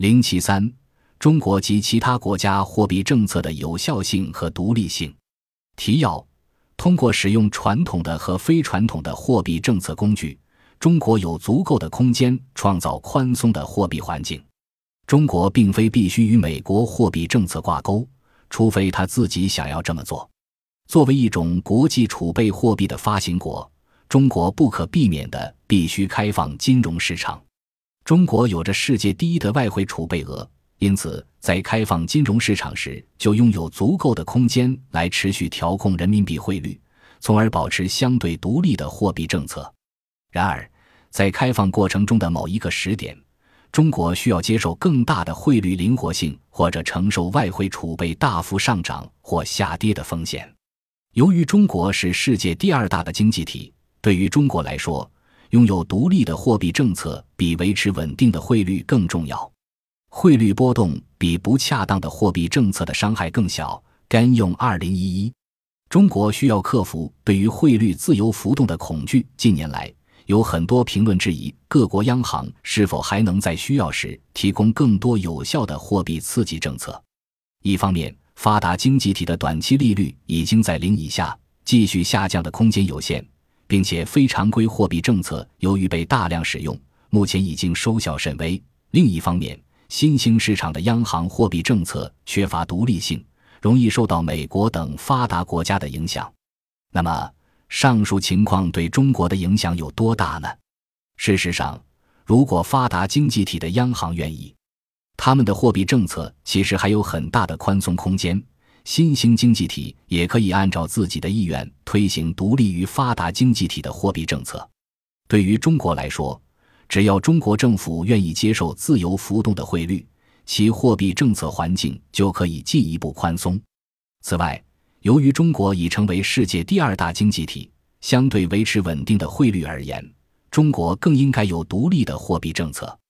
073中国及其他国家货币政策的有效性和独立性。提要：通过使用传统的和非传统的货币政策工具，中国有足够的空间创造宽松的货币环境。中国并非必须与美国货币政策挂钩，除非他自己想要这么做。作为一种国际储备货币的发行国，中国不可避免地必须开放金融市场。中国有着世界第一的外汇储备额，因此在开放金融市场时就拥有足够的空间来持续调控人民币汇率，从而保持相对独立的货币政策。然而，在开放过程中的某一个时点，中国需要接受更大的汇率灵活性，或者承受外汇储备大幅上涨或下跌的风险。由于中国是世界第二大的经济体，对于中国来说，拥有独立的货币政策比维持稳定的汇率更重要。汇率波动比不恰当的货币政策的伤害更小。干用2011。中国需要克服对于汇率自由浮动的恐惧。近年来，有很多评论质疑各国央行是否还能在需要时提供更多有效的货币刺激政策。一方面，发达经济体的短期利率已经在0以下，继续下降的空间有限，并且非常规货币政策由于被大量使用，目前已经收效甚微。另一方面，新兴市场的央行货币政策缺乏独立性，容易受到美国等发达国家的影响。那么，上述情况对中国的影响有多大呢？事实上，如果发达经济体的央行愿意，他们的货币政策其实还有很大的宽松空间。新兴经济体也可以按照自己的意愿推行独立于发达经济体的货币政策。对于中国来说，只要中国政府愿意接受自由浮动的汇率，其货币政策环境就可以进一步宽松。此外，由于中国已成为世界第二大经济体，相对维持稳定的汇率而言，中国更应该有独立的货币政策。